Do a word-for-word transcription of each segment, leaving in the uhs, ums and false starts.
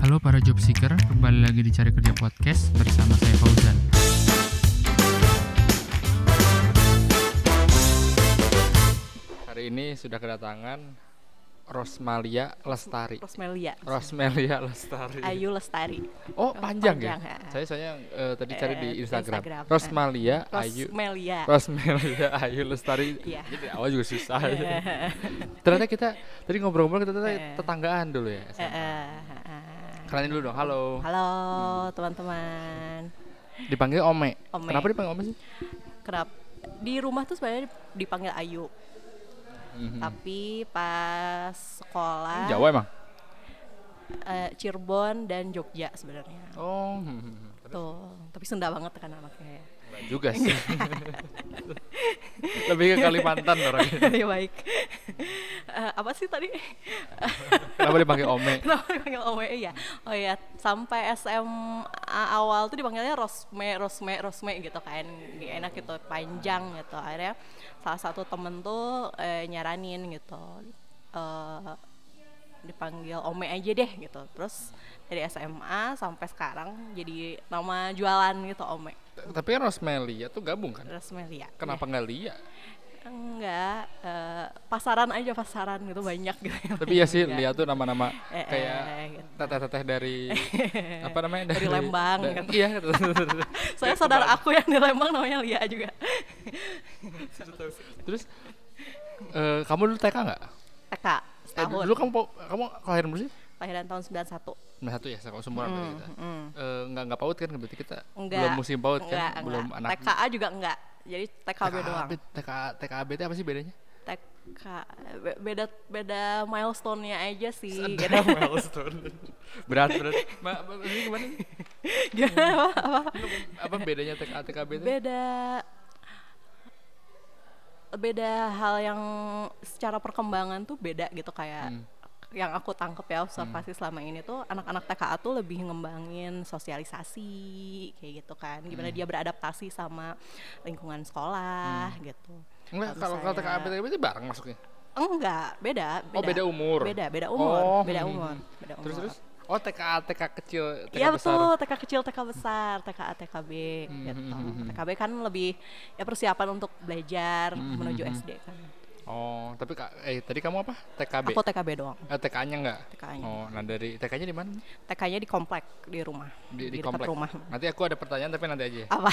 Halo para job seeker, kembali lagi di Cari Kerja Podcast bersama saya Fauzan. Hari ini sudah kedatangan Rosmalia Lestari. Rosmelia. Rosmelia Lestari. Ayu Lestari. Oh, panjang, panjang ya? ya? Saya saya uh, tadi cari di Instagram. Instagram. Rosmalia Ayu. Rosmelia. Rosmelia Ayu Lestari. Iya. Jadi awal juga susah. Ternyata kita tadi ngobrol-ngobrol kita ternyata tetanggaan dulu ya. Kenalin dulu dong. Halo. Halo teman-teman. Dipanggil Ome. Ome. Kenapa dipanggil Ome sih? Kenapa? Di rumah tuh sebenarnya dipanggil Ayu. Mm-hmm. Tapi pas sekolah Jawa emang? Uh, Cirebon dan Jogja sebenarnya. Oh. Tuh, tapi Sunda banget kan anaknya. Enggak juga sih. Lebih ke Kalimantan orangnya. Ya baik. Uh, apa sih tadi? Kenapa dipanggil Ome? Kenapa dipanggil Ome? Iya. Oh iya, sampai S M A awal tuh dipanggilnya Rosme, Rosme, Rosme gitu kan. Enak gitu, panjang gitu. Akhirnya salah satu temen tuh eh, nyaranin gitu. Uh, dipanggil Ome aja deh gitu. Terus dari S M A sampai sekarang jadi nama jualan gitu Ome. Tapi kan Rosmelia tuh gabung kan? Rosmelia. Kenapa nggak ya. Lia? Enggak, uh, pasaran aja pasaran gitu banyak gitu. Tapi ya sih Lia tuh nama-nama eh, kayak eh, gitu. teteh-teteh dari apa namanya? Dari, dari Lembang da- gitu. Iya. Saya saudara aku yang di Lembang namanya Lia juga. Terus uh, kamu dulu T K nggak? T K setahun. Eh, dulu kamu kamu kelahiran berapa sih? Kelahiran tahun sembilan puluh satu. sembilan puluh satu ya, sama seumuran mm, kita. Mm. Uh, enggak enggak paut kan berarti kita enggak, belum musim paut kan, enggak, belum enggak. anak. T K A juga enggak. Jadi T K B doang. T K T K B itu apa sih bedanya? T K beda beda milestone-nya aja sih. Ada milestone. berat berat. Ma, ma, ini gimana? Gimana apa, apa? Apa bedanya T K A T K B itu? Beda beda hal yang secara perkembangan tuh beda gitu kayak hmm. yang aku tangkep ya observasi hmm. selama ini tuh anak-anak T K A tuh lebih ngembangin sosialisasi kayak gitu kan gimana hmm. dia beradaptasi sama lingkungan sekolah hmm. gitu. Enggak, kalau kalau T K A B T K B itu bareng masuknya? Enggak, beda, beda. Oh, beda umur. Beda, beda umur, oh. beda umur, beda umur. Terus terus oh T K A T K kecil, T K iya, besar. Iya betul, T K kecil, T K besar, T K A T K B hmm. gitu. T K B kan lebih ya persiapan untuk belajar hmm. menuju S D kan. Oh, tapi kak, eh tadi kamu apa? T K B? Aku T K B doang. Eh, T K-nya enggak? T K-nya. Oh, nah dari T K-nya di mana? T K-nya di komplek di rumah. Di, di, di komplek rumah. Nanti aku ada pertanyaan tapi nanti aja. Apa?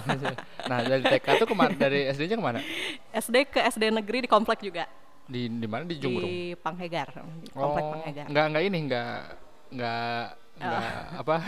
Nah, dari T K tuh kemana? Dari S D-nya kemana? S D ke S D negeri di komplek juga. Di di mana? Di Jumbrung? Di Panghegar, di komplek oh, Panghegar. Enggak enggak ini enggak enggak enggak oh. apa?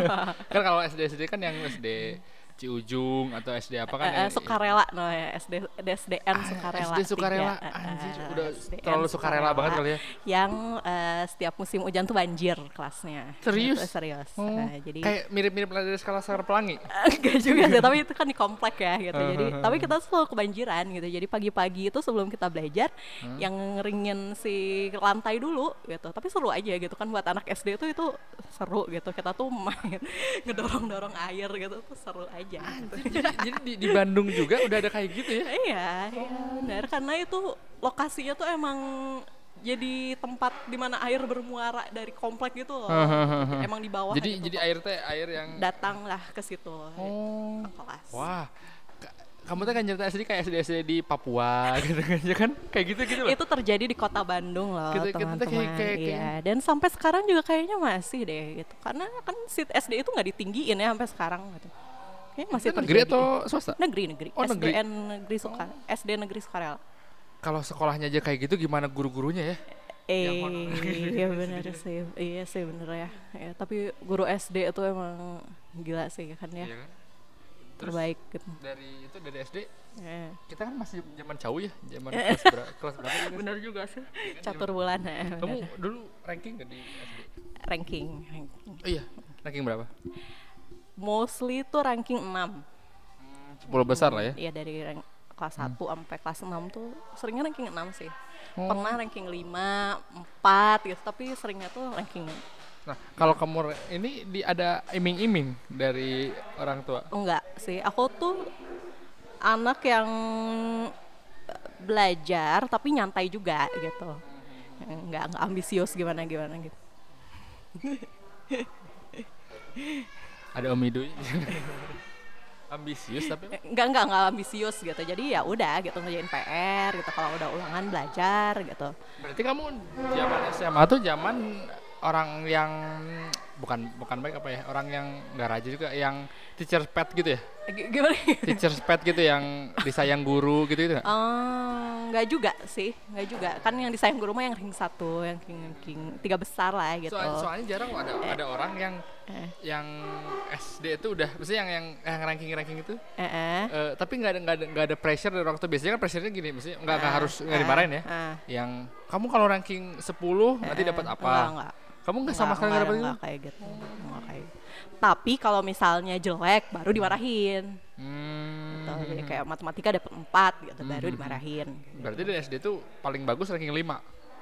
Kan kalau S D S D kan yang S D Ciujung atau S D apa kan? Uh, uh, sukarela no ya, S D S D N Sukarela. S D Sukarela, tiga, anjir, uh, udah S D N terlalu sukarela banget kali ya. Yang uh, setiap musim hujan tuh banjir kelasnya. Serius? Gitu, serius. Oh, uh, jadi kayak mirip-mirip dari Skala Sar Pelangi. Enggak juga sih, tapi itu kan di komplek ya gitu. Jadi tapi kita selalu kebanjiran gitu. Jadi pagi-pagi itu sebelum kita belajar hmm. yang ngeringin si lantai dulu gitu. Tapi seru aja gitu kan buat anak S D itu itu seru gitu. Kita tuh main ngedorong-dorong air gitu tuh seru aja. Gitu. Jadi di, di Bandung juga udah ada kayak gitu ya? Iya, oh. iya benar. Karena itu lokasinya tuh emang jadi tempat di mana air bermuara dari komplek gitu loh. Emang di bawah. Jadi gitu, jadi air teh air yang datanglah ke situ. Oh. Kelas. Wah. Kamu tuh kan cerita S D kayak S D S D di Papua gitu kan? Kayak gitu gitu loh. Itu terjadi di kota Bandung loh, gitu, teman-teman. Gitu, kayak, kayak, iya. kayak. Dan sampai sekarang juga kayaknya masih deh gitu. Karena kan si S D itu nggak ditinggiin ya sampai sekarang gitu. Kayaknya masih itu negeri atau swasta? Negeri, negeri. Oh, negeri. S D N Negeri Suka, oh. S D Negeri Sukarela. Kalau sekolahnya aja kayak gitu gimana guru-gurunya ya? Eh, iya benar sih. Iya sih bener ya. ya. Tapi guru S D itu emang gila sih kan ya. Iya kan? Terbaik gitu. Dari itu dari S D yeah. kita kan masih zaman jauh ya, zaman kelas, ber- kelas berapa gitu? Bener juga sih. Catur bulan ya. Kamu dulu ranking nggak di S D? Ranking, ranking. Oh iya, ranking berapa? Mostly tuh ranking enam. sepuluh besar lah ya? Iya dari rank kelas hmm. satu sampai kelas enam tuh seringnya ranking enam sih. Oh. Pernah ranking lima, empat gitu, tapi seringnya tuh ranking. Nah, kalau kamu ini di ada iming-iming dari orang tua? Enggak sih, aku tuh anak yang belajar tapi nyantai juga gitu. Enggak enggak ambisius gimana-gimana gitu. Ada Om Idu. Ambisius tapi Enggak enggak enggak ambisius gitu. Jadi ya udah gitu ngerjain P R gitu. Kalau udah ulangan belajar gitu. berarti kamu zaman S M A tuh zaman orang yang bukan bukan baik apa ya, orang yang nggak rajin juga, yang teacher pet gitu ya, G- Gimana? teacher pet gitu yang disayang guru gitu gitu nggak? Oh, nggak juga sih, nggak juga. Kan yang disayang guru mah yang ring satu, yang king, king tiga besar lah gitu. Soal- soalnya jarang loh ada ada orang yang Eh. yang S D itu udah, maksudnya yang yang yang ranking ranking itu, Eh, eh. eh, tapi nggak ada nggak ada nggak ada pressure dari orang tua. Biasanya kan pressure-nya gini, maksudnya nggak nggak Ah, harus nggak ah, dimarahin ya. ah. Yang kamu kalau ranking sepuluh nanti Eh, dapat apa? Enggak, enggak. Kamu nggak sama sekali nggak dapat itu? Enggak kayak gitu. Enggak kayak gitu. Tapi kalau misalnya jelek baru dimarahin. Hmm. Gitu. Jadi kayak matematika dapat empat gitu baru dimarahin. Berarti dari S D tuh paling bagus ranking lima.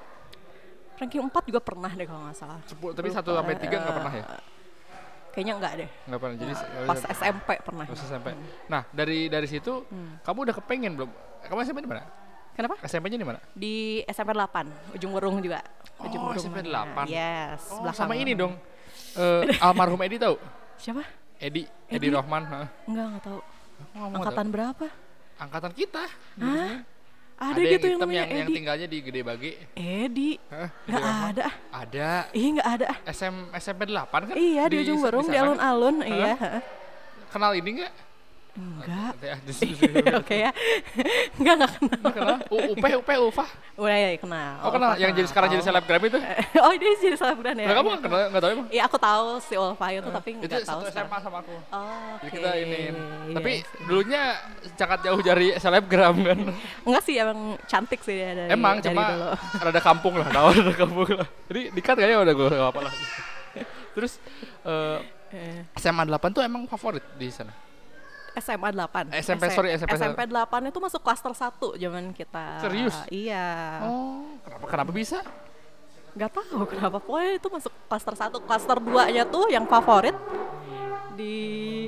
Ranking empat juga pernah deh kalau nggak salah. sepuluh, tapi satu sampai tiga nggak pernah ya? Kayaknya enggak deh. Nggak pernah. Jadi Pas S M P pernah. pas S M P. Nah, dari dari situ kamu udah kepengen belum? Kamu S M P di mana? Kenapa? S M P-nya di mana? Di S M P delapan, Ujung Werung juga. Ujung Oh, Werung S M P mana. delapan. Yes, Oh, belakang. sama ini dong. Eh, almarhum Edi tahu? Siapa? Edi, Edi, Edi? Rohman. Heeh. Enggak, enggak tahu. Oh, kamu nggak Angkatan berapa? tahu? Angkatan kita. Hah? Ada, Ada gitu yang yang hitam namanya yang, yang Edi. tinggalnya di Gede Bage. Edi. Hah? Edi Enggak Rohman. ada. ah. Ada. Ih, enggak ada. ah. S M S M P delapan kan? Iya, di, Ujung Werung, di sana kan? alun-alun, iya. heeh. Kenal ini enggak? Enggak. Oke ya. Enggak, enggak kenal. Kenal? U- Upe, Upe, Ufah. Udah ya kenal. Oh, kenal. Yang jadi sekarang jadi tahu. selebgram itu. Oh, dia jadi selebgram ya. Nah, kamu nggak kenal, nggak tahu emang? Iya, aku tahu si Ulfa itu tapi Itu enggak tahu satu S M A sekarang. sama aku. Oh, Jadi oke. kita ini. Iya Tapi sih. dulunya sangat jauh dari selebgram kan. Enggak sih, emang cantik sih dia dari Emang dari cuma dulu. rada kampung lah, tahu rada kampung lah. Jadi dikat kayaknya udah gue gak apa lah. Terus eh, Eh, S M A delapan tuh emang favorit di sana. S M A delapan. S M P, sorry, S M P. S M P delapan itu masuk klaster satu zaman kita. Serius? Iya. Oh, kenapa kenapa bisa? Gak tahu kenapa, pokoknya itu masuk klaster satu. Klaster dua nya tuh yang favorit di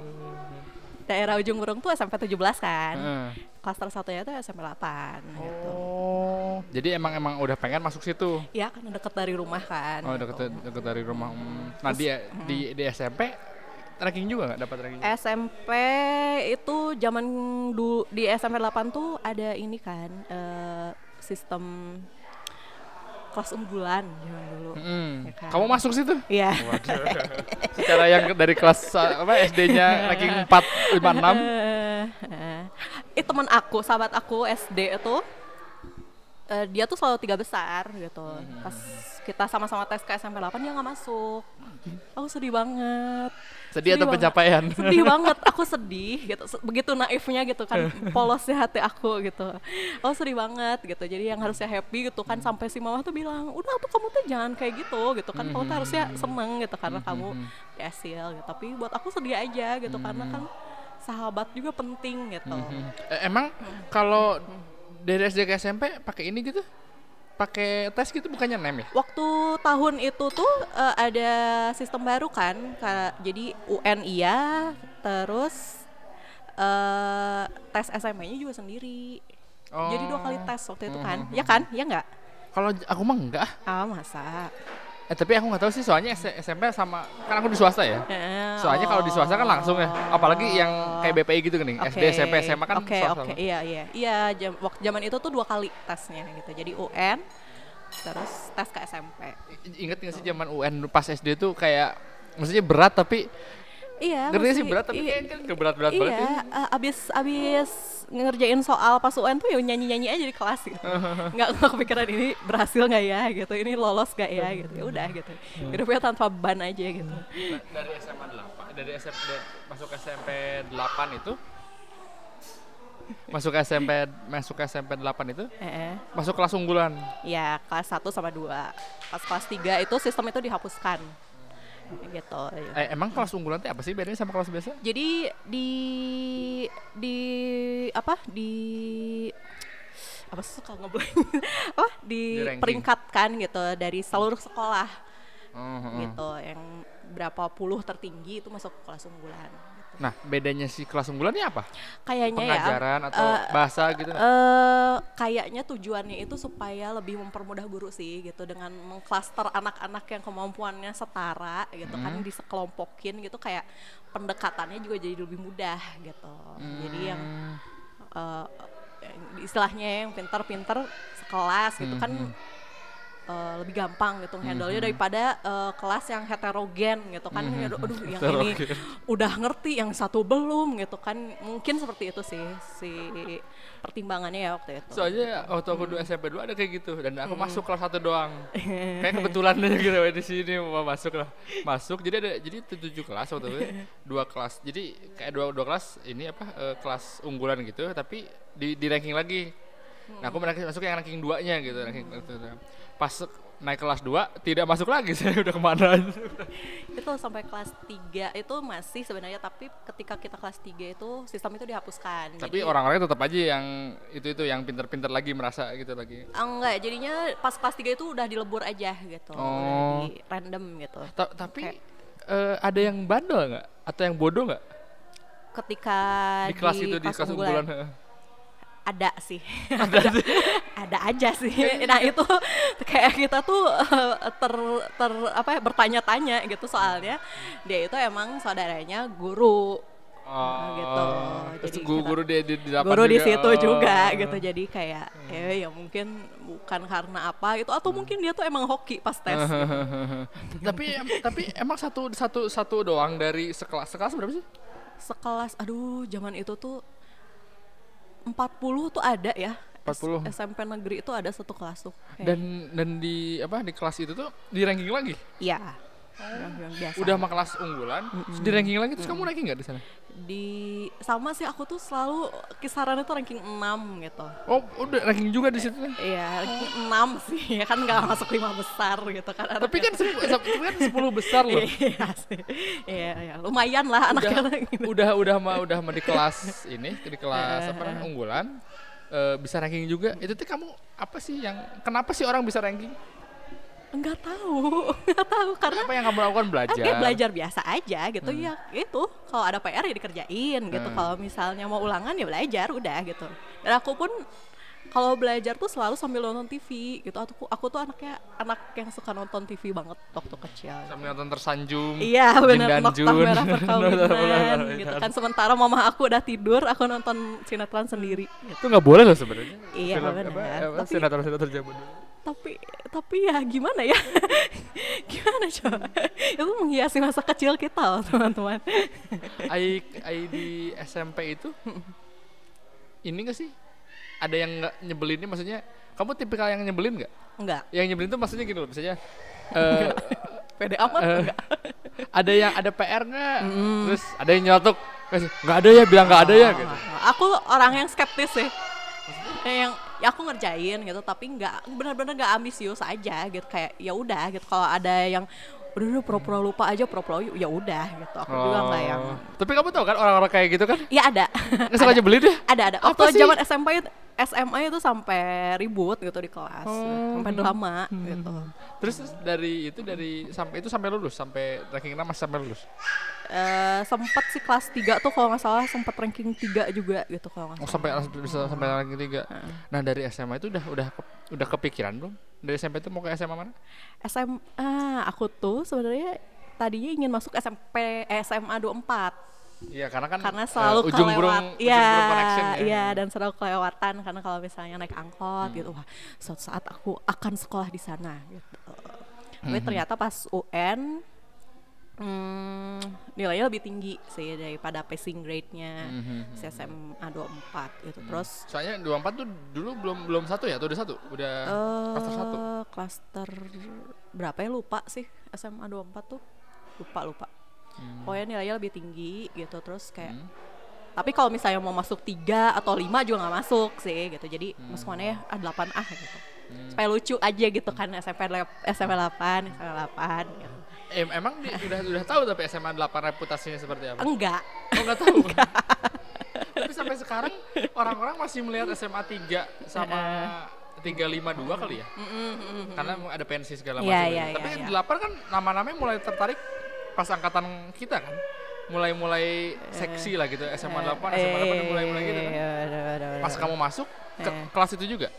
daerah Ujung Werung tuh S M P tujuh belas kan. Heeh. Klaster satunya tuh S M P delapan gitu. Oh, jadi emang emang udah pengen masuk situ. Iya kan deket dari rumah kan. Oh, deket deket dari rumah. Hmm. Nah, di di di S M P ranking juga nggak dapat ranking? S M P itu zaman dulu di S M P delapan tuh ada ini kan eh, sistem kelas unggulan zaman dulu. Hmm. Ya kan? Kamu masuk situ? Iya. Waduh. Secara yang dari kelas uh, apa S D-nya ranking empat, lima, enam. Eh, teman aku, sahabat aku S D itu eh, dia tuh selalu tiga besar gitu. Pas kita sama-sama tes ke S M P delapan dia nggak masuk. Aku sedih banget. Sedih atau banget. pencapaian? Sedih banget, aku sedih gitu. Se- Begitu naifnya gitu kan, polosnya hati aku gitu. Aku sedih banget gitu. Jadi yang harusnya happy gitu kan, sampai si mama tuh bilang, "Udah tuh kamu tuh jangan kayak gitu gitu kan. Kamu tuh harusnya seneng gitu karena kamu berhasil gitu." Tapi buat aku sedih aja gitu karena kan sahabat juga penting gitu. Eh, emang kalau dari S D ke S M P pakai ini gitu? Pakai tes gitu bukannya nem ya? Waktu tahun itu tuh eh, ada sistem baru kan, ka- jadi U N iya, terus eh, tes S M P-nya juga sendiri. Jadi dua kali tes waktu itu kan, ya kan? Ya nggak? Kalau j- aku mah enggak. Ah masa? Eh tapi aku nggak tahu sih, soalnya S- SMP sama kan aku di swasta ya. Eh, Soalnya kalau di swasta kan langsung ya. Apalagi yang kayak B P I gitu kan nih. S D, S M P, S M A kan Oke swasta. oke iya iya iya jam, waktu zaman itu tuh dua kali tesnya gitu. Jadi U N terus tes ke S M P. I- Ingat nggak sih zaman U N pas S D tuh kayak maksudnya berat tapi Iya. ngerti sih mesti- berat tapi i- kayak kan keberat-berat iya, banget ya. eh, abis abis ngerjain soal pas U N tuh ya nyanyi-nyanyi aja di kelas gitu. nggak nggak kepikiran ini berhasil nggak ya gitu, ini lolos nggak ya gitu. Ya udah gitu. Hidupnya tanpa ban aja gitu. Nah, dari S M A delapan, dari S M P masuk S M P delapan itu masuk S M P masuk S M P delapan itu Eh, masuk kelas unggulan. ya kelas satu sama dua. Pas kelas tiga itu sistem itu dihapuskan. Gitu. Eh, emang kelas unggulan itu apa sih bedanya sama kelas biasa? Jadi di di apa di apa sih suka ngeblank apa Di di ranking. peringkatkan gitu dari seluruh sekolah Oh, oh, oh. gitu, yang berapa puluh tertinggi itu masuk kelas unggulan Nah, bedanya si kelas unggulan ini apa? Kayaknya ya Pengajaran atau eh, bahasa gitu? eh kayaknya tujuannya itu supaya lebih mempermudah guru sih gitu, dengan mengklaster anak-anak yang kemampuannya setara gitu kan, Hmm. disekelompokin gitu, kayak pendekatannya juga jadi lebih mudah gitu. Jadi yang Hmm. eh, istilahnya yang pintar-pintar sekelas gitu kan Hmm. eh, lebih gampang gitu handle-nya Mhm. daripada eh, kelas yang heterogen gitu kan. Mhm. Aduh, aduh, yang ini Heterogen. udah ngerti, yang satu belum gitu kan. Mungkin seperti itu sih si pertimbangannya ya waktu itu. Soalnya waktu aku dulu S M P dulu ada kayak gitu dan aku masuk kelas satu doang. Kayak kebetulan aja gitu di sini mau masuk lah. Masuk jadi ada jadi tu- tujuh kelas waktu itu. Dua kelas. Jadi kayak dua dua kelas ini apa eh, kelas unggulan gitu tapi di di ranking lagi. Nah, aku ranking- masuk yang ranking dua-nya gitu, ranking itu. Pas naik kelas dua tidak masuk lagi saya udah kemana aja. Itu sampai kelas tiga itu masih sebenarnya, tapi ketika kita kelas tiga itu sistem itu dihapuskan. Tapi Jadi, orang-orangnya tetap aja yang itu-itu yang pinter-pinter lagi merasa gitu lagi. ah, enggak, jadinya pas kelas tiga itu udah dilebur aja gitu. Oh. Udah di random gitu. Ta- tapi Kayak- eh, ada yang bandel nggak atau yang bodoh nggak Ketika di kelas itu di kelas unggulan? heeh. ada sih. ada, ada aja sih. Nah, itu kayak kita tuh eh, ter ter apa ya, bertanya-tanya gitu, soalnya dia itu emang saudaranya guru. Nah, gitu. Terus Jadi guru, kita- guru di, di, di depan guru di juga. situ Oh. juga gitu, jadi kayak eh ya mungkin bukan karena apa itu, atau mungkin dia tuh emang hoki pas tes gitu. tapi em- tapi emang satu satu satu doang dari sekelas sekelas berapa sih? Sekelas, aduh zaman itu tuh empat puluh tuh ada ya. empat puluh. S- SMP negeri itu ada satu kelas tuh kayak. Dan dan di apa di kelas itu tuh di ranking lagi. Iya, yang, yang biasa. Udah mah kelas unggulan, terus di ranking lagi terus kamu ranking nggak di sana? Di sama sih, aku tuh selalu kisaran itu ranking enam gitu. Oh, udah ranking juga di situ. Iya, ranking enam sih, ya kan nggak masuk lima besar gitu kan. Tapi kan sepu- sep- kan sepuluh besar loh. Iya sih, iya, iya, lumayan lah anaknya gitu. udah udah mah udah mah di kelas ini di kelas apa namanya unggulan eh, bisa ranking juga. Itu tuh kamu apa sih yang kenapa sih orang bisa ranking? Enggak tahu, enggak tahu karena Apa yang kamu lakukan belajar? kayak belajar biasa aja gitu ya. Itu kalau ada P R ya dikerjain gitu. Hmm. Kalau misalnya mau ulangan ya belajar udah gitu. Dan aku pun kalau belajar tuh selalu sambil nonton T V gitu. Aku aku tuh anaknya anak yang suka nonton T V banget waktu kecil. Sambil nonton Tersanjung. Iya Jin benar, dan Nokta Jun. Merah Perkawinan Nokta gitu Merah kan. Sementara mama aku udah tidur, aku nonton sinetron sendiri gitu. Itu nggak boleh loh sebenarnya. Iya, Film benar. apa, apa, Tapi- sinetron-sinetron zaman dulu. Tapi tapi ya gimana ya? Gimana coba? Itu menghiasi masa kecil kita loh teman-teman. Ai ai di S M P itu ini nggak sih? Ada yang nggak nyebelinnya maksudnya? Kamu tipikal yang nyebelin nggak? Enggak, Yang nyebelin tuh maksudnya gini loh, misalnya eh, pede amat Eh, enggak. ada yang ada P R nggak? Terus ada yang nyelotok, nggak ada ya, bilang nggak ada ya gitu. Aku orang yang skeptis sih. Yang ya aku ngerjain gitu, tapi nggak benar-benar nggak ambisius aja gitu, kayak ya udah gitu. Kalau ada yang udah udah pura-pura lupa aja, pura-pura ya udah gitu. Aku juga nggak yang Oh. Tapi kamu tahu kan orang-orang kayak gitu kan? ya ada. Nggak suka nyebelin deh. ada ada Apa waktu sih? zaman S M P itu- S M A itu sampai ribut gitu di kelas, Oh. sampai drama gitu. Terus terus dari itu dari sampai itu sampai lulus, sampai ranking enam masih sampai lulus. Eh sempet sih kelas tiga tuh kalau nggak salah sempet ranking tiga juga gitu kalau nggak Oh, salah. sampai bisa sampai ranking tiga. Nah, dari S M A itu udah udah ke- udah kepikiran belum? Dari S M P itu mau ke S M A mana? S M A aku tuh sebenarnya tadinya ingin masuk S M P eh, S M A dua puluh empat Iya, karena kan karena eh, selalu ujung kelewat. burung ujung Iya, burung connection ya. iya, dan selalu kelewatan karena kalau misalnya naik angkot gitu, wah suatu saat aku akan sekolah di sana gitu. Tapi ternyata pas U N hmm, nilainya lebih tinggi sih daripada passing grade-nya Mhm. si S M A dua puluh empat gitu. Terus Soalnya dua puluh empat tuh dulu belum belum satu ya, atau udah satu? Udah klaster satu. eh klaster berapa ya, lupa sih. S M A dua puluh empat tuh lupa lupa. Pokoknya nilainya lebih tinggi gitu, terus kayak Hmm. tapi kalau misalnya mau masuk tiga atau lima juga nggak masuk sih gitu. Jadi Hmm. masuk mana ya? Ah delapan ah gitu. Supaya lucu aja gitu kan, S M P lep- S M P delapan, S M P delapan gitu. Em, emang di, udah udah tahu tapi S M A delapan reputasinya seperti apa? Enggak. Oh, nggak tahu. Tapi sampai sekarang orang-orang masih melihat S M A tiga sama tiga lima dua kali ya? Karena ada pensi segala macam. Iya, gitu. iya, Tapi iya, iya. delapan kan nama-namanya mulai tertarik pas angkatan kita kan? mulai-mulai seksi lah gitu S M A delapan S M A delapan udah mulai-mulai gitu kan. Pas kamu masuk ke kelas itu juga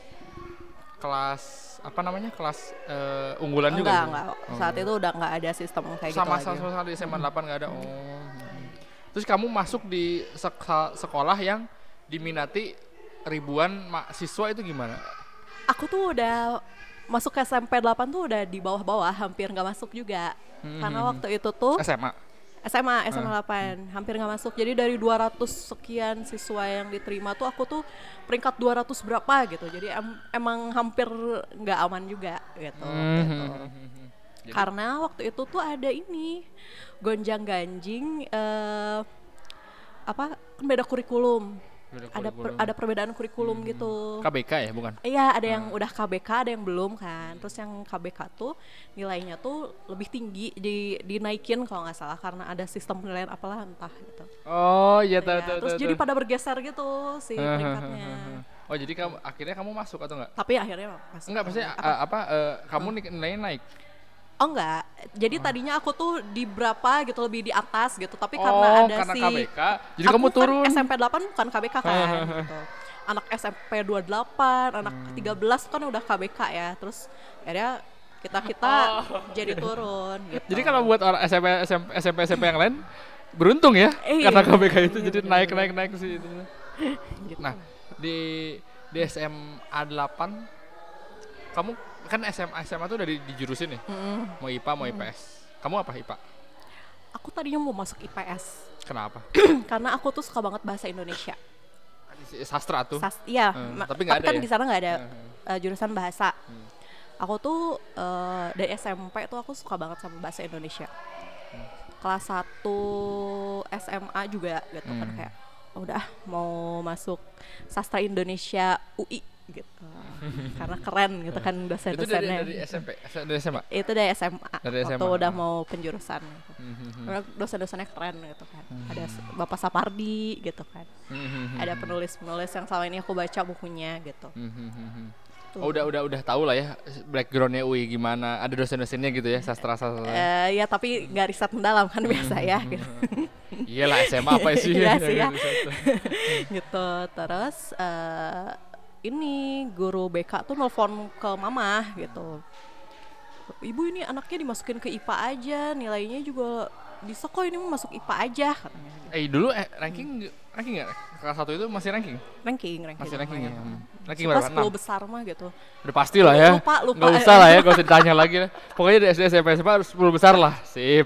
kelas apa namanya kelas uh, unggulan enggak, juga gitu? Enggak, saat itu udah nggak ada sistem kayak sama, gitu sama lagi. sama di S M A delapan nggak ada. Oh. Terus kamu masuk di sek- sekolah yang diminati ribuan mahasiswa itu gimana? Aku tuh udah masuk ke S M P delapan tuh udah di bawah-bawah, hampir nggak masuk juga. Hmm. Karena waktu itu tuh S M A S M A, S M A delapan, hmm. hampir nggak masuk. Jadi dari dua ratus sekian siswa yang diterima tuh aku tuh peringkat dua ratus berapa gitu. Jadi em- emang hampir nggak aman juga gitu. Hmm. gitu. Jadi? Karena waktu itu tuh ada ini gonjang-ganjing uh, apa kan beda kurikulum. Beda ada per, ada perbedaan kurikulum hmm. gitu. K B K ya bukan? Iya, ada yang hmm. udah K B K, ada yang belum kan. Terus yang K B K tuh nilainya tuh lebih tinggi, di dinaikin kalau nggak salah karena ada sistem penilaian apalah entah gitu. Oh iya tahu ya, tahu. Terus tahu, jadi tahu. pada bergeser gitu si peringkatnya. Oh jadi kamu akhirnya kamu masuk atau enggak? Tapi akhirnya masuk. Enggak, maksudnya apa, uh, apa uh, kamu hmm. nilainya naik? Oh enggak, jadi oh. tadinya aku tuh di berapa gitu lebih di atas gitu, tapi oh, karena ada karena si K B K, jadi kamu turun. Kan S M P delapan bukan K B K kan, gitu. Anak S M P dua puluh delapan, anak hmm. tiga belas kan udah K B K ya, terus akhirnya kita kita oh. jadi turun. Gitu. Jadi kalau buat orang S M P S M P S M P S M P yang lain beruntung ya, eh, karena K B K itu jadi naik naik naik sih itu. Gitu. Nah di di S M A delapan kamu kan S M A S M A tuh udah di, dijurusin nih, mm. mau I P A mau I P S. Mm. Kamu apa I P A? Aku tadinya mau masuk I P S. Kenapa? Karena aku tuh suka banget bahasa Indonesia. Sastra tuh? Sas- iya, hmm, ma- tapi, tapi kan ya? di sana nggak ada uh, jurusan bahasa. Hmm. Aku tuh uh, dari S M P tuh aku suka banget sama bahasa Indonesia. Hmm. Kelas satu S M A juga gitu hmm. kan kayak udah mau masuk sastra Indonesia U I gitu. Karena keren gitu kan dosen-dosennya. Itu dari, dari S M P, dari S M A? Itu dari S M A, dari S M A. waktu udah mau penjurusan gitu. Mm-hmm. Karena dosen-dosennya keren gitu kan. Mm-hmm. Ada Bapak Sapardi gitu kan. Mm-hmm. Ada penulis-penulis yang selama ini aku baca bukunya gitu. Mm-hmm. Oh udah udah udah tahu lah ya backgroundnya U I gimana. Ada dosen-dosennya gitu ya sastra-sastra. Uh, ya tapi nggak riset mendalam kan biasa ya. Gitu. Iyalah S M A apa sih? Iya sih ya. Gitu terus. Uh, ini guru B K tuh nelfon ke mama gitu, ibu ini anaknya dimasukin ke I P A aja, nilainya juga bisa kok, ini mau masuk I P A aja katanya. Eh dulu eh, ranking hmm. ranking nggak kelas satu itu masih ranking? Ranking, ranking masih ranking ya. Hmm. Ranking berapa? sepuluh besar mah gitu. Udah pasti lah ya. Lupa, lupa. Nggak usah lah ya, nggak usah ditanya lagi lah. Pokoknya di S D S M P S M A harus sepuluh besar lah, sip.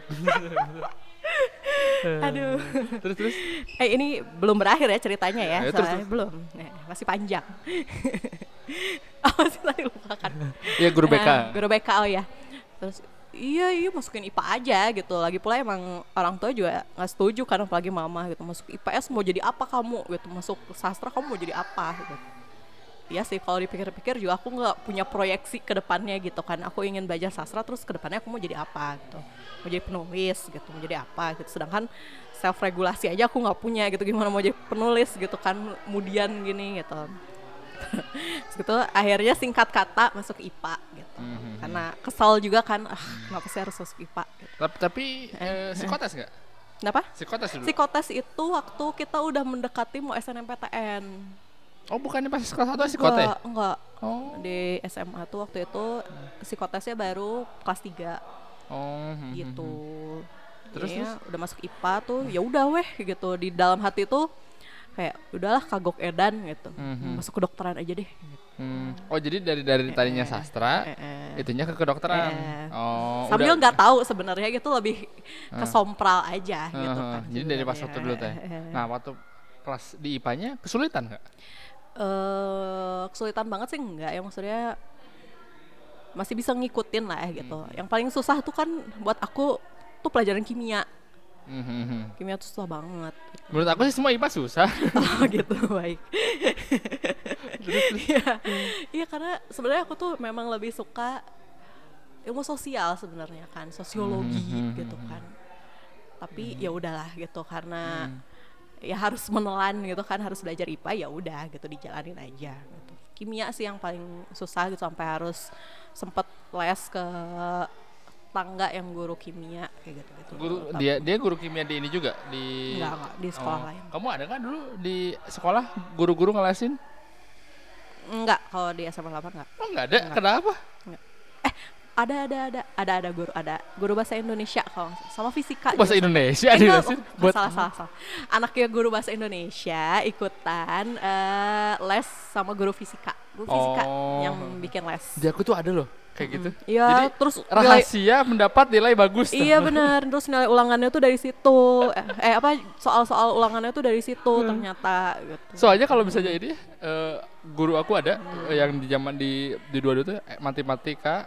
Aduh. Terus terus. Eh ini belum berakhir ya ceritanya ya, ya terus, terus. belum. Nah, masih panjang. Apa sih tadi lupa kan? Iya guru B K. Nah, guru B K oh ya. Terus iya iya masukin I P A aja gitu. Lagi pula emang orang tua juga nggak setuju kan, apalagi mama gitu. Masuk I P S mau jadi apa kamu gitu? Masuk sastra kamu mau jadi apa gitu. Iya sih kalau dipikir-pikir juga aku nggak punya proyeksi ke depannya gitu kan. Aku ingin belajar sastra terus ke depannya aku mau jadi apa gitu. Mau jadi penulis gitu, mau jadi apa gitu. Sedangkan self regulasi aja aku nggak punya gitu, gimana mau jadi penulis gitu kan, kemudian gini gitu. Gitu akhirnya singkat kata masuk I P A gitu. Mm-hmm. Karena kesal juga kan, ah kenapa sih harus masuk I P A gitu. Tapi, tapi eh, psikotes nggak? Kenapa? Psikotes dulu. Psikotes itu waktu kita udah mendekati mau S N M P T N. Oh bukannya pas kelas satu psikotes? Enggak, enggak. Oh. Di S M A tuh waktu itu psikotesnya baru kelas tiga. Oh. Gitu. Terus, ya, terus udah masuk I P A tuh ya udah weh gitu, di dalam hati tuh kayak udahlah kagok edan gitu. Mm-hmm. Masuk kedokteran aja deh gitu. Hmm. Oh jadi dari dari eh, tadinya sastra eh, eh. itunya ke kedokteran. Eh. Oh. Sambil nggak tahu sebenarnya gitu, lebih ke sompral aja uh, gitu kan. Jadi dari pas waktu dulu teh. Nah, waktu kelas di I P A-nya kesulitan nggak? Uh, kesulitan banget sih enggak ya, maksudnya masih bisa ngikutin lah ya gitu. Hmm. Yang paling susah tuh kan buat aku tuh pelajaran kimia. Mm-hmm. Kimia tuh susah banget gitu. Menurut aku sih semua I P A susah. Oh gitu, baik. Iya, iya karena sebenarnya aku tuh memang lebih suka ilmu sosial sebenarnya kan, sosiologi mm-hmm. gitu kan. Tapi mm-hmm. ya udahlah gitu karena mm. ya harus menelan gitu kan, harus belajar I P A, ya udah gitu dijalanin aja gitu. Kimia sih yang paling susah gitu, sampai harus sempet les ke tetangga yang guru kimia kayak gitu-gitu. Guru Tapi- dia dia guru kimia di ini juga di Enggak, enggak, di sekolah Oh. lain. Kamu ada kan dulu di sekolah guru-guru ngelesin? Enggak, kalau di S M A delapan enggak. Oh nggak ada. Nggak. Kenapa? Ada ada ada ada ada guru ada guru bahasa Indonesia kalau nggak salah. Sama fisika. Bahasa juga. Indonesia Eh, di enggak, lesin oh, buat salah salah salah. Anaknya guru bahasa Indonesia ikutan eh, les sama guru fisika. Guru fisika Oh. yang bikin les. di aku tuh ada loh kayak gitu. Iya, Jadi terus nilai, rahasia mendapat nilai bagus. tuh. iya benar. Terus nilai ulangannya tuh dari situ. Eh, eh apa soal-soal ulangannya tuh dari situ Hmm. ternyata gitu. Soalnya kalau misalnya ini eh, guru aku ada eh, yang di zaman di di dua dua tuh eh, matematika,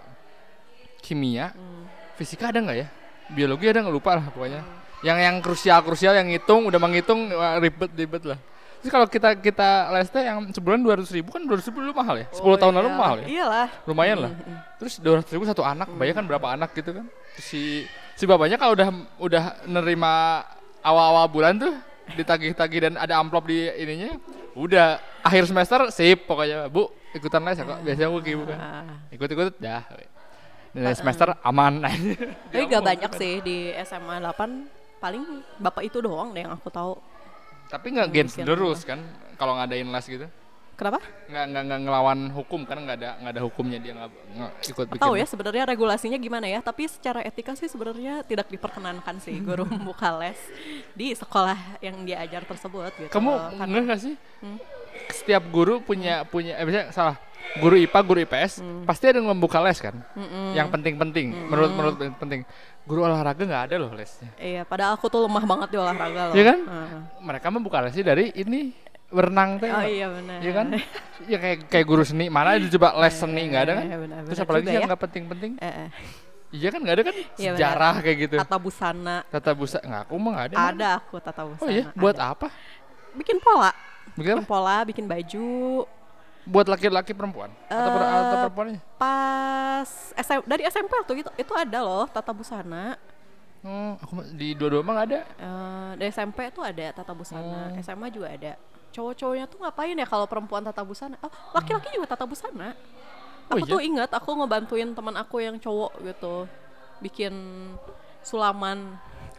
kimia, fisika ada nggak ya? Biologi ada nggak, lupa lah pokoknya. Yang yang krusial krusial yang ngitung udah menghitung wah, ribet ribet lah. Terus kalau kita kita les teh yang sebulan dua ratus ribu kan dua ratus ribu dulu mahal ya. Sepuluh Oh, tahun lalu iya. mahal ya. Iyalah. Lumayan lah. Terus dua ratus ribu satu anak, bayangkan berapa anak gitu kan? Terus si si bapaknya kalau udah udah nerima awal-awal bulan tuh ditagih-tagih dan ada amplop di ininya, udah akhir semester sip pokoknya Bu ikutan les ya kok. Biasanya aku gitu kan. Ah. Ikut-ikut dah. Dan semester aman. Tapi gak banyak sih di S M A delapan, paling bapak itu doang deh yang aku tahu. Tapi nggak against Bikin the rules kan kalau ngadain les gitu. Kenapa? Nggak nggak nggak ngelawan hukum karena nggak ada nggak ada hukumnya dia nggak nggak ikut bikin. Tahu ya sebenarnya regulasinya gimana ya, tapi secara etika sih sebenarnya tidak diperkenankan sih guru membuka les di sekolah yang dia ajar tersebut gitu. Kamu Karena- nggak nggak sih? Hmm. Setiap guru punya punya eh misalnya salah guru I P A, guru I P S pasti ada yang membuka les kan? Mm-mm. Yang penting-penting menurut menurut penting. Guru olahraga nggak ada loh lesnya. Iya, padahal aku tuh lemah banget di olahraga loh. Iya kan? Heeh. Mereka membuka lesnya dari ini berenang teh. Oh iya benar. Iya kan? Ya kayak kayak guru seni mana ada coba les seni nggak ada kan? Iya, benar, Terus benar apalagi juga sih yang ya. nggak penting-penting? Eh, eh. Iya kan nggak ada kan? Iya, benar. Sejarah kayak gitu. Tata busana. Tata busa nggak aku mah nggak ada. Mana? Ada aku tata busana. Oh iya, buat ada. apa? Bikin pola. Bikin apa? Bikin pola, bikin baju. Buat laki-laki perempuan atau, per, Eh, atau perempuannya? Pas S M, dari S M P tuh gitu, itu ada loh tata busana. Oh, aku mah di dua-dua mah nggak ada. Eh, dari S M P tuh ada tata busana, Oh. S M A juga ada. Cowok-cowoknya tuh ngapain ya kalau perempuan tata busana? Oh, laki-laki juga tata busana. Oh, Aku iya? tuh ingat aku ngebantuin teman aku yang cowok gitu bikin sulaman.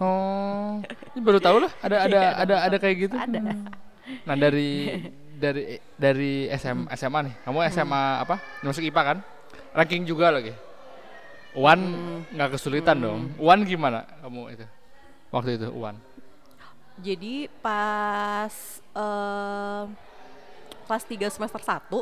Oh, ini baru tahu lah. Ada ada Iya, ada ada kayak gitu. Ada. Nah dari dari dari S M S M A nih, kamu S M A apa? Masuk I P A kan? Ranking juga lagi. Uan nggak kesulitan dong. Uan gimana kamu itu? Waktu itu Uan. Jadi pas eh, kelas tiga semester satu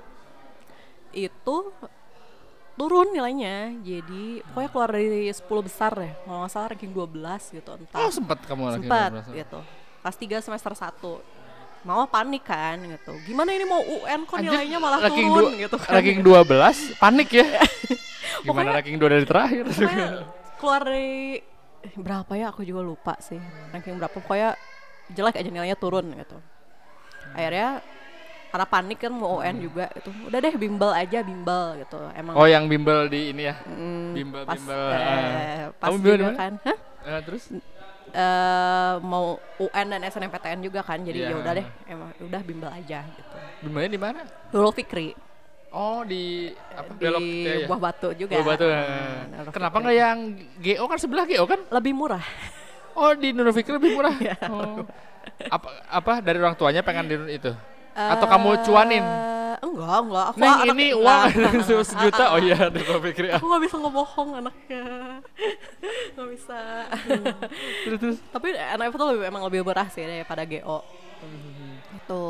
itu turun nilainya. Jadi pokoknya keluar dari sepuluh besar ya. Kalau nggak salah ranking dua belas gitu entah. Oh sempat kamu ranking Sempat dua belas. gitu. Kelas tiga semester satu. Mama panik kan gitu. Gimana ini mau U N kok Anjir, nilainya malah ranking turun dua- gitu kan. Ranking dua belas panik ya. Gimana Pokoknya- ranking dua dari terakhir? Pokoknya keluar dari eh, berapa ya aku juga lupa sih. Ranking berapa pokoknya jelek aja nilainya turun gitu. Akhirnya karena panik kan mau U N juga gitu. Udah deh bimbel aja bimbel gitu. Emang Oh yang bimbel di ini ya. mm, Bimbel pas, bimbel. eh, pas Kamu bimbel di juga mana? kan. Hah? Eh, terus? Eh, mau U N dan S N M P T N juga kan. Jadi Iya. ya udah deh, emang udah bimbel aja gitu. Bimbelnya di mana? Nurul Fikri Oh di apa? di Belok gitu ya? Buah Batu juga. Buah Batu. Nah, eh. Nurul Kenapa Fikri. nggak yang G O kan sebelah G O kan? Lebih murah. Oh di Nurul Fikri lebih murah. Iya. Oh. Apa apa dari orang tuanya pengen di itu? Atau Eh, kamu cuanin? Enggak, enggak. Aku Neng anak- ini enggak. uang sejuta. Oh iya Nurul Fikri. Aku nggak bisa ngebohong anaknya. Nggak bisa. Terus terus. Tapi N F tuh lebih, emang lebih murah sih daripada G O. Itu.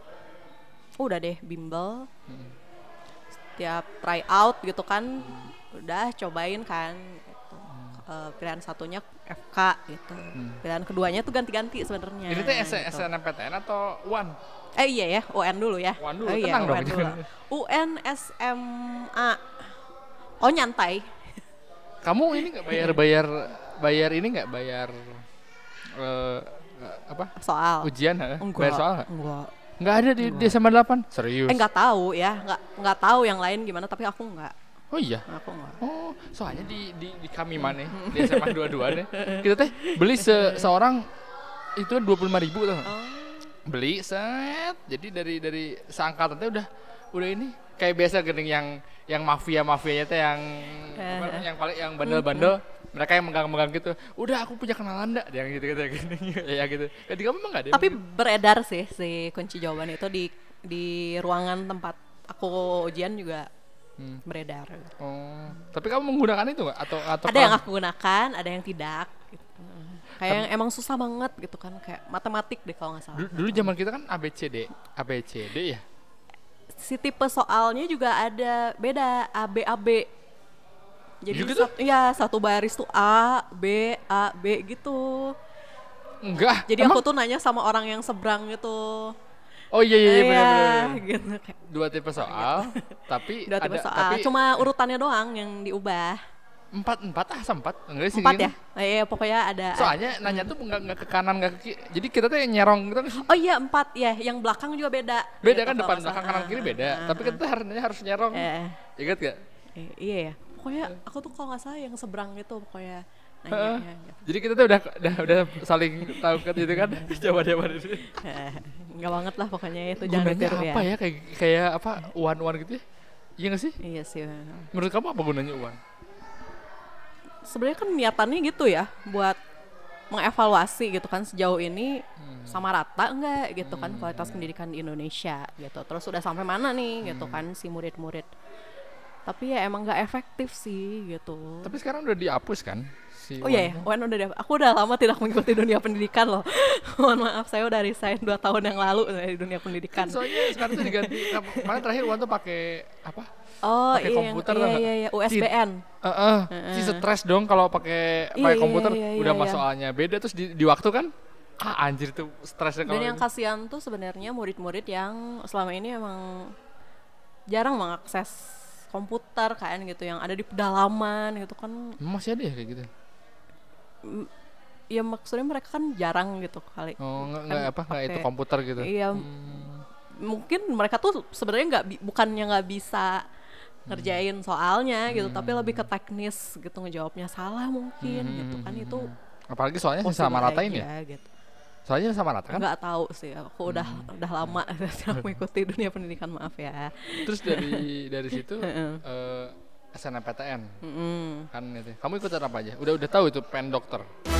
Udah deh bimbel. Setiap try out gitu kan, udah cobain kan. Gitu. Eh, pilihan satunya F K gitu. Pilihan keduanya tuh ganti-ganti sebenarnya. Ini tuh S gitu. S N M P T N atau U A N? Eh iya ya, U N dulu ya. U N dulu, oh, iya, tenang dong. U N dulu. U N S M A. Oh nyantai. Kamu ini nggak bayar bayar bayar ini nggak bayar eh, apa Soal. ujian? Ha? Enggak. Bayar soal nggak? Enggak. Nggak ada di, di S M A delapan? Serius? Eh nggak tahu ya, nggak nggak tahu yang lain gimana, tapi aku nggak, Oh iya. aku nggak. Oh, soalnya di di, di kami mana di S M A dua-dua nih kita teh beli se, seorang itu dua puluh lima ribu tuh. Oh. Beli set. Jadi dari dari seangkatan teh udah udah ini kayak biasa gini yang yang mafia mafianya teh yang apa, yang paling yang bandel-bandel mereka yang megang-megang gitu. Udah aku punya kenalan enggak yang gitu-gitu gini ya gitu. Kan di kamu emang enggak ada. Tapi beredar sih si kunci jawaban itu di di ruangan tempat aku ujian juga hmm. beredar. Oh, tapi kamu menggunakan itu nggak? Atau atau ada yang aku gunakan, ada yang tidak. Gitu. Kayak yang emang susah banget gitu kan, kayak matematik deh kalau nggak salah. Dulu, dulu zaman kita kan A B C D, A B C D ya. Si tipe soalnya juga ada beda, A B A B. Jadi gitu? satu, ya satu baris tuh A, B, A, B gitu. Enggak. Jadi emang? aku tuh nanya sama orang yang seberang gitu. Oh iya iya, iya benar-benar. Gitu. Dua tipe soal, tapi Dua tipe ada, soal. tapi Cuma urutannya doang yang diubah. Empat empat ah sempat enggak sih? Empat gini. ya? Iya pokoknya ada. Soalnya hmm. nanya tuh nggak nggak ke kanan nggak ke kiri. Jadi kita tuh yang nyerong gitu. Oh iya empat ya, yang belakang juga beda. Beda gitu, kan depan masa, belakang kanan kiri beda. Uh, uh, tapi kita harus harus nyerong. Eh. Ingat gak? Eh, iya ya. Pokoknya aku tuh kalau nggak salah yang seberang gitu pokoknya. Nanya, uh, ya, gitu. Jadi kita tuh udah udah udah saling tahu kan itu kan jawaban-jawaban itu. Enggak banget lah pokoknya itu jangan ditiru ya. Apa ya kayak kayak apa uan-uan gitu ya? Iya nggak sih? Iya sih. Menurut kamu apa gunanya uan? Sebenarnya kan niatannya gitu ya buat mengevaluasi gitu kan sejauh ini hmm. sama rata enggak gitu kan hmm. kualitas pendidikan di Indonesia gitu. Terus udah sampai mana nih hmm. gitu kan si murid-murid. Tapi ya emang nggak efektif sih gitu. Tapi sekarang udah dihapus kan? Si oh iya, ya, U A N udah dihapus. Aku udah lama tidak mengikuti dunia pendidikan loh. Mohon maaf, saya udah resign dua tahun yang lalu dari dunia pendidikan. Kan soalnya sekarang tuh diganti. Kemarin terakhir U A N tuh pakai apa? Oh pake iya, komputer iya, iya, iya, U S B N. Heeh. Uh, uh, si stres dong kalau pakai pakai iya, komputer iya, iya, udah iya, mah soalnya beda terus di, di waktu kan ah anjir tuh stresnya. Dan yang kasihan tuh sebenarnya murid-murid yang selama ini emang jarang mengakses komputer kan gitu yang ada di pedalaman gitu kan. Masih ada ya kayak gitu? Ya maksudnya mereka kan jarang gitu kali. Oh nggak kan apa nggak itu komputer gitu? Iya. Hmm. Mungkin mereka tuh sebenarnya nggak bukannya nggak bisa ngerjain soalnya gitu, hmm. tapi lebih ke teknis gitu ngejawabnya salah mungkin hmm. gitu kan itu. Apalagi soalnya sama ratain ya? Gitu. Soalnya sama rata kan? Nggak tahu sih, aku udah hmm. udah lama tidak mengikuti dunia pendidikan, maaf ya. Terus dari dari situ uh, S N M P T N hmm. kan itu. Kamu ikutan apa aja? Udah udah tahu itu pen dokter?